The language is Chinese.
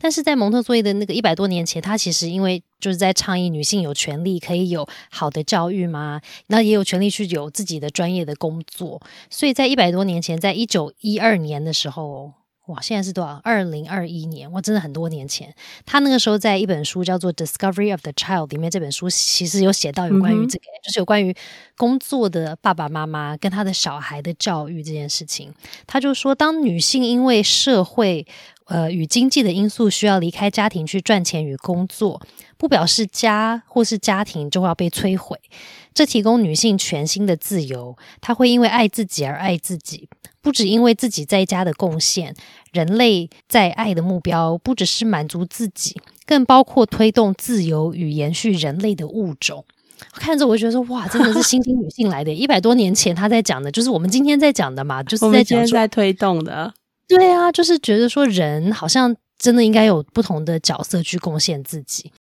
但是在蒙特梭利的那个100多年前，他其实因为就是在倡议女性有权利可以有好的教育嘛，那也有权利去有自己的专业的工作，所以在100多年前，在1912年的时候，哇，现在是多少？2021年，哇，真的很多年前。他那个时候在一本书叫做《Discovery of the Child》里面，这本书其实有写到有关于这个，就是有关于工作的爸爸妈妈跟他的小孩的教育这件事情。他就说，当女性因为社会与经济的因素需要离开家庭去赚钱与工作，不表示家或是家庭就要被摧毁。这提供女性全新的自由，她会因为爱自己而爱自己，不只因为自己在家的贡献。人类在爱的目标不只是满足自己，更包括推动自由与延续人类的物种。看着我就觉得说，哇，真的是新兴女性来的100多年前她在讲的，就是我们今天在讲的嘛，就是在讲我们今天在推动的。 对啊，就是觉得说人好像真的应该有不同的角色去贡献自己。